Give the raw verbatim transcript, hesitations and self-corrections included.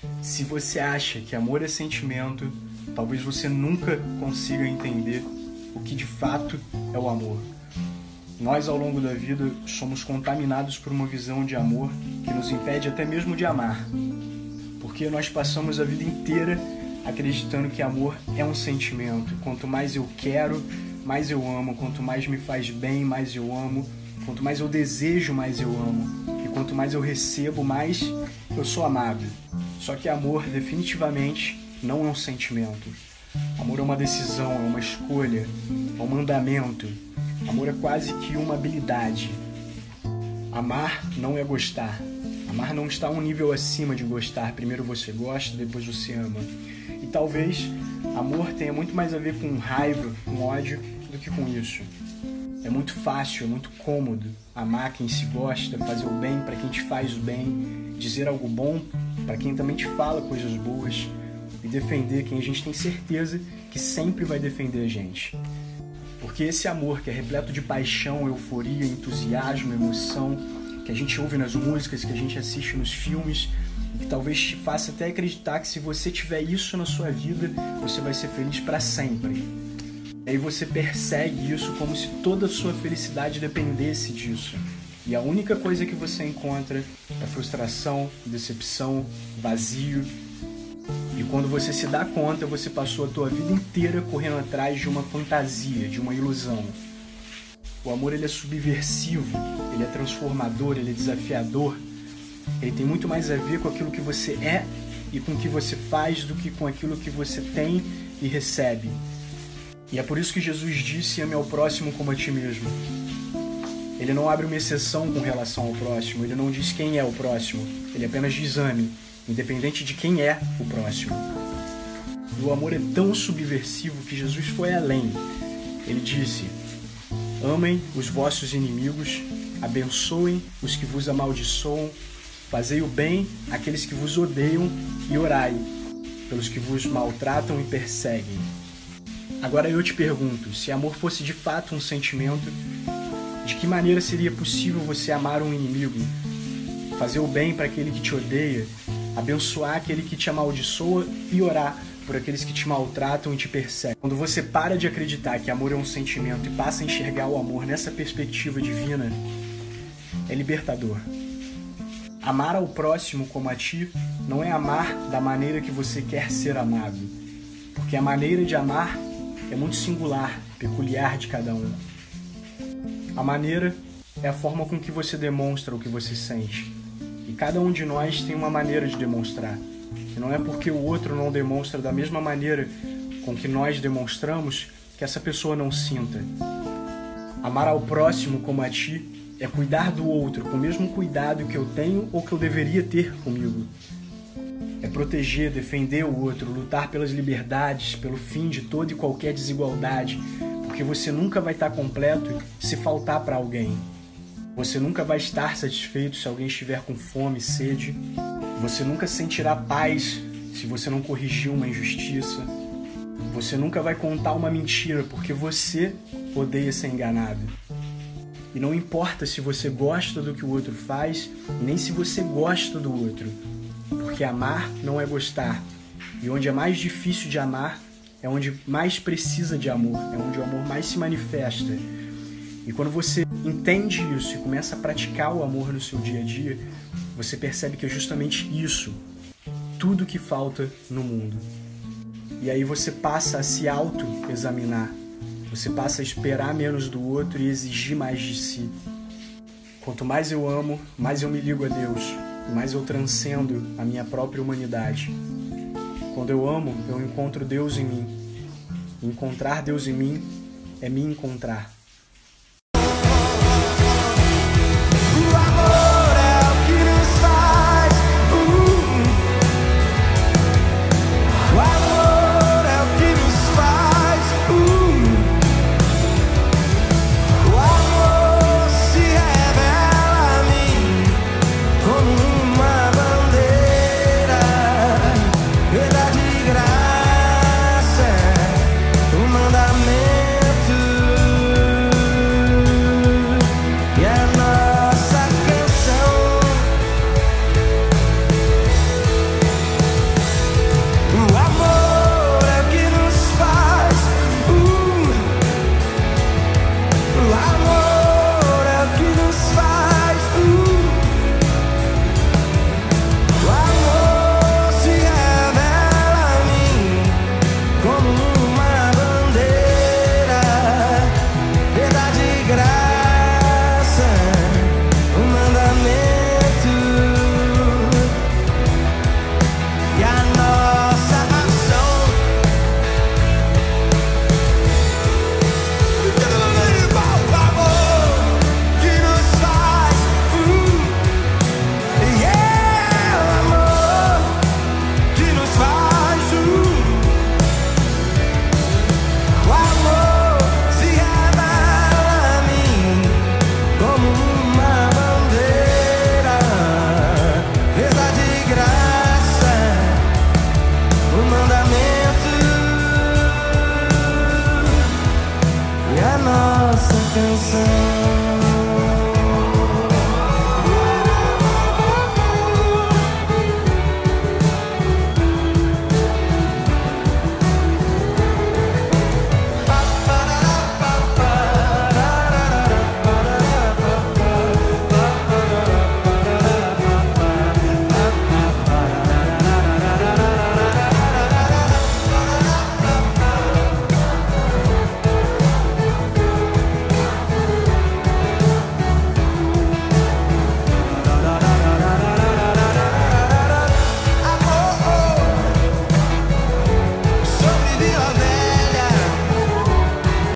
Se você acha que amor é sentimento, talvez você nunca consiga entender o que de fato é o amor. Nós, ao longo da vida, somos contaminados por uma visão de amor que nos impede até mesmo de amar. Porque nós passamos a vida inteira acreditando que amor é um sentimento. Quanto mais eu quero, mais eu amo. Quanto mais me faz bem, mais eu amo. Quanto mais eu desejo, mais eu amo. E quanto mais eu recebo, mais eu sou amado. Só que amor, definitivamente, não é um sentimento. Amor é uma decisão, é uma escolha, é um mandamento. Amor é quase que uma habilidade. Amar não é gostar. Amar não está um nível acima de gostar. Primeiro você gosta, depois você ama. E talvez amor tenha muito mais a ver com raiva, com ódio, do que com isso. É muito fácil, é muito cômodo amar quem se gosta, fazer o bem para quem te faz o bem, dizer algo bom para quem também te fala coisas boas e defender quem a gente tem certeza que sempre vai defender a gente. Porque esse amor que é repleto de paixão, euforia, entusiasmo, emoção, que a gente ouve nas músicas, que a gente assiste nos filmes, e que talvez te faça até acreditar que se você tiver isso na sua vida, você vai ser feliz para sempre. E aí você persegue isso como se toda a sua felicidade dependesse disso. E a única coisa que você encontra é frustração, decepção, vazio. E quando você se dá conta, você passou a tua vida inteira correndo atrás de uma fantasia, de uma ilusão. O amor, ele é subversivo, ele é transformador, ele é desafiador. Ele tem muito mais a ver com aquilo que você é e com o que você faz do que com aquilo que você tem e recebe. E é por isso que Jesus disse: ame ao próximo como a ti mesmo. Ele não abre uma exceção com relação ao próximo, ele não diz quem é o próximo, ele apenas diz ame, independente de quem é o próximo. E o amor é tão subversivo que Jesus foi além. Ele disse: amem os vossos inimigos, abençoem os que vos amaldiçoam, fazei o bem àqueles que vos odeiam e orai pelos que vos maltratam e perseguem. Agora eu te pergunto, se amor fosse de fato um sentimento, de que maneira seria possível você amar um inimigo, fazer o bem para aquele que te odeia, abençoar aquele que te amaldiçoa e orar por aqueles que te maltratam e te perseguem? Quando você para de acreditar que amor é um sentimento e passa a enxergar o amor nessa perspectiva divina, é libertador. Amar ao próximo como a ti não é amar da maneira que você quer ser amado, porque a maneira de amar é muito singular, peculiar de cada um. A maneira é a forma com que você demonstra o que você sente. E cada um de nós tem uma maneira de demonstrar. E não é porque o outro não demonstra da mesma maneira com que nós demonstramos que essa pessoa não sinta. Amar ao próximo como a ti é cuidar do outro com o mesmo cuidado que eu tenho ou que eu deveria ter comigo. É proteger, defender o outro, lutar pelas liberdades, pelo fim de toda e qualquer desigualdade, porque você nunca vai estar completo se faltar para alguém. Você nunca vai estar satisfeito se alguém estiver com fome, sede. Você nunca sentirá paz se você não corrigir uma injustiça. Você nunca vai contar uma mentira porque você odeia ser enganado. E não importa se você gosta do que o outro faz, nem se você gosta do outro. Porque amar não é gostar. E onde é mais difícil de amar, é onde mais precisa de amor. É onde o amor mais se manifesta. E quando você entende isso e começa a praticar o amor no seu dia a dia, você percebe que é justamente isso, tudo que falta no mundo. E aí você passa a se auto-examinar. Você passa a esperar menos do outro e exigir mais de si. Quanto mais eu amo, mais eu me ligo a Deus. Mais eu transcendo a minha própria humanidade. Quando eu amo, eu encontro Deus em mim. Encontrar Deus em mim é me encontrar. O amor